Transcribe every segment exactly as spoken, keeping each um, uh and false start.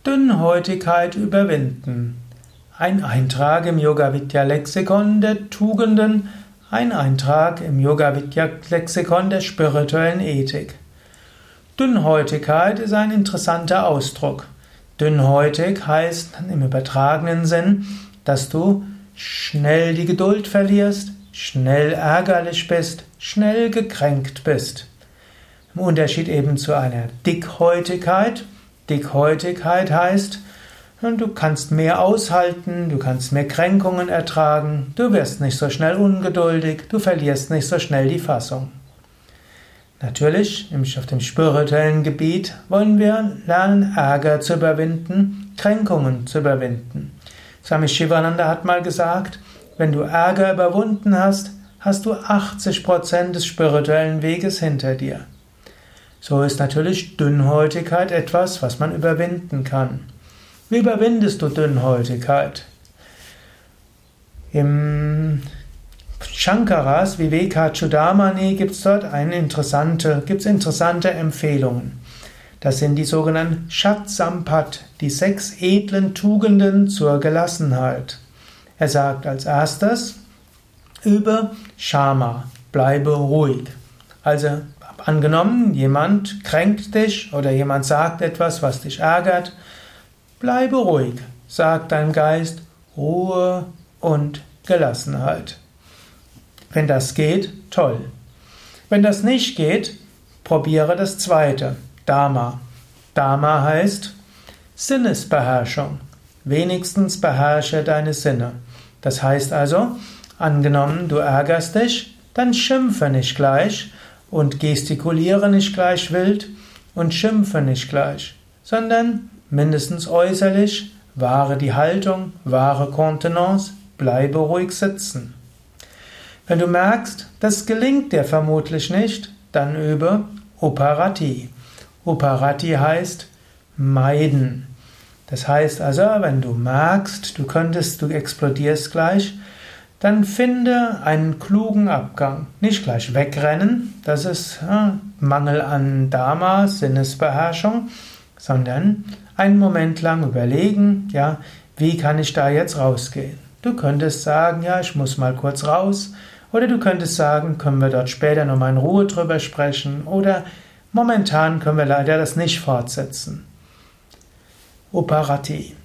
Dünnhäutigkeit überwinden. Ein Eintrag im Yoga-Vidya-Lexikon der Tugenden, ein Eintrag im Yoga-Vidya-Lexikon der spirituellen Ethik. Dünnhäutigkeit ist ein interessanter Ausdruck. Dünnhäutig heißt im übertragenen Sinn, dass du schnell die Geduld verlierst, schnell ärgerlich bist, schnell gekränkt bist. Im Unterschied eben zu einer Dickhäutigkeit. Dickhäutigkeit heißt, du kannst mehr aushalten, du kannst mehr Kränkungen ertragen, du wirst nicht so schnell ungeduldig, du verlierst nicht so schnell die Fassung. Natürlich, auf dem spirituellen Gebiet wollen wir lernen, Ärger zu überwinden, Kränkungen zu überwinden. Swami Shivananda hat mal gesagt, wenn du Ärger überwunden hast, hast du achtzig Prozent des spirituellen Weges hinter dir. So ist natürlich Dünnhäutigkeit etwas, was man überwinden kann. Wie überwindest du Dünnhäutigkeit? Im Shankaras Vivekachudamani gibt es dort eine interessante, gibt's interessante Empfehlungen. Das sind die sogenannten Shat-Sampat, die sechs edlen Tugenden zur Gelassenheit. Er sagt als erstes, übe Shama, bleibe ruhig. Also angenommen, jemand kränkt dich oder jemand sagt etwas, was dich ärgert, bleibe ruhig. Sag deinem Geist Ruhe und Gelassenheit. Wenn das geht, toll. Wenn das nicht geht, probiere das zweite, Dharma. Dharma heißt Sinnesbeherrschung. Wenigstens beherrsche deine Sinne. Das heißt also, angenommen, du ärgerst dich, dann schimpfe nicht gleich und gestikuliere nicht gleich wild und schimpfe nicht gleich, sondern mindestens äußerlich wahre die Haltung, wahre Kontenance, bleibe ruhig sitzen. Wenn du merkst, das gelingt dir vermutlich nicht, dann übe Uparati. Uparati heißt meiden. Das heißt also, wenn du merkst, du könntest, du explodierst gleich, dann finde einen klugen Abgang. Nicht gleich wegrennen, das ist ja, Mangel an Dharma, Sinnesbeherrschung, sondern einen Moment lang überlegen, ja, wie kann ich da jetzt rausgehen? Du könntest sagen, ja, ich muss mal kurz raus, oder du könntest sagen, können wir dort später nochmal in Ruhe drüber sprechen, oder momentan können wir leider das nicht fortsetzen. Uparati.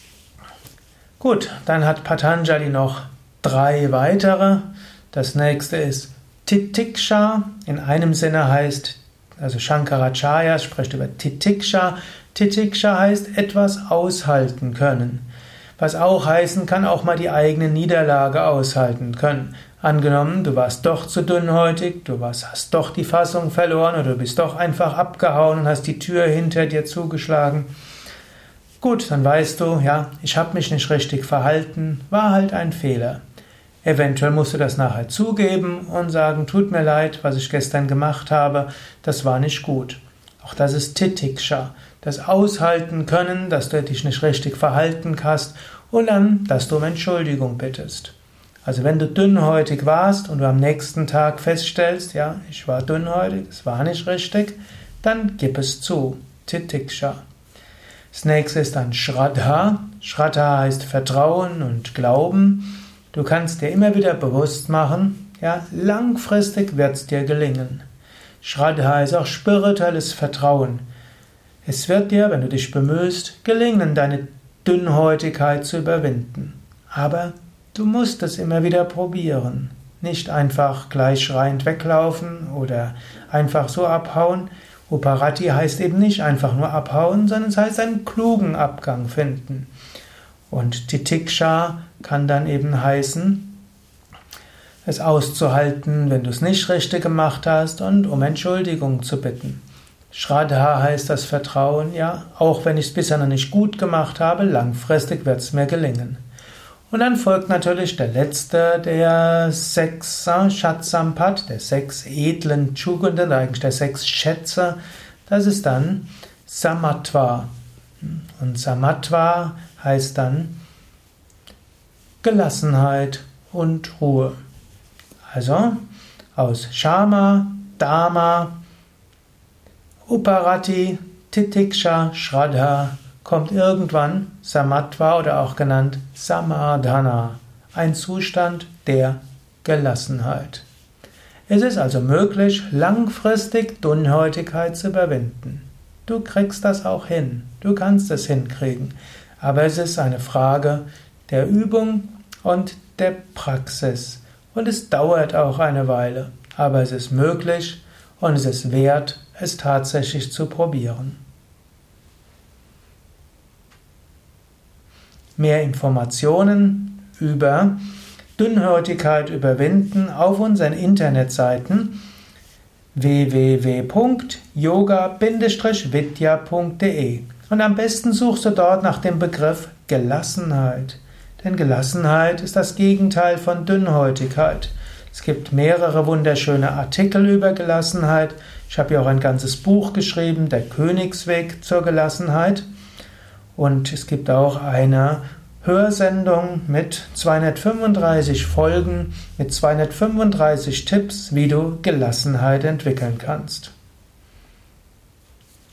Gut, dann hat Patanjali noch drei weitere. Das nächste ist Titiksha. In einem Sinne heißt, also Shankaracharya spricht über Titiksha. Titiksha heißt etwas aushalten können. Was auch heißen kann, auch mal die eigene Niederlage aushalten können. Angenommen, du warst doch zu dünnhäutig, du warst, hast doch die Fassung verloren oder du bist doch einfach abgehauen und hast die Tür hinter dir zugeschlagen. Gut, dann weißt du, ja, ich habe mich nicht richtig verhalten, war halt ein Fehler. Eventuell musst du das nachher zugeben und sagen, tut mir leid, was ich gestern gemacht habe, das war nicht gut. Auch das ist Titiksha, das Aushalten können, dass du dich nicht richtig verhalten hast und dann, dass du um Entschuldigung bittest. Also wenn du dünnhäutig warst und du am nächsten Tag feststellst, ja, ich war dünnhäutig, es war nicht richtig, dann gib es zu. Titiksha. Das nächste ist dann Shraddha. Shraddha heißt Vertrauen und Glauben. Du kannst dir immer wieder bewusst machen, ja, langfristig wird es dir gelingen. Shraddha ist auch spirituelles Vertrauen. Es wird dir, wenn du dich bemühst, gelingen, deine Dünnhäutigkeit zu überwinden. Aber du musst es immer wieder probieren. Nicht einfach gleich schreiend weglaufen oder einfach so abhauen. Uparati heißt eben nicht einfach nur abhauen, sondern es heißt einen klugen Abgang finden. Und Titiksha kann dann eben heißen, es auszuhalten, wenn du es nicht richtig gemacht hast und um Entschuldigung zu bitten. Shraddha heißt das Vertrauen, ja, auch wenn ich es bisher noch nicht gut gemacht habe, langfristig wird es mir gelingen. Und dann folgt natürlich der letzte der sechs Shat-Sampat, der sechs edlen Tugenden, eigentlich der sechs Schätze, das ist dann Samatva. Und Samatva heißt dann Gelassenheit und Ruhe. Also aus Shama, Dharma, Uparati, Titiksha, Shraddha kommt irgendwann Samatva oder auch genannt Samadhana, ein Zustand der Gelassenheit. Es ist also möglich, langfristig Dünnhäutigkeit zu überwinden. Du kriegst das auch hin, du kannst es hinkriegen, aber es ist eine Frage der Übung und der Praxis. Und es dauert auch eine Weile, aber es ist möglich und es ist wert, es tatsächlich zu probieren. Mehr Informationen über Dünnhäutigkeit überwinden auf unseren Internetseiten w w w punkt yoga vidya punkt de und am besten suchst du dort nach dem Begriff Gelassenheit. Denn Gelassenheit ist das Gegenteil von Dünnhäutigkeit. Es gibt mehrere wunderschöne Artikel über Gelassenheit. Ich habe ja auch ein ganzes Buch geschrieben, Der Königsweg zur Gelassenheit. Und es gibt auch eine Hörsendung mit zweihundertfünfunddreißig Folgen, mit zweihundertfünfunddreißig Tipps, wie du Gelassenheit entwickeln kannst.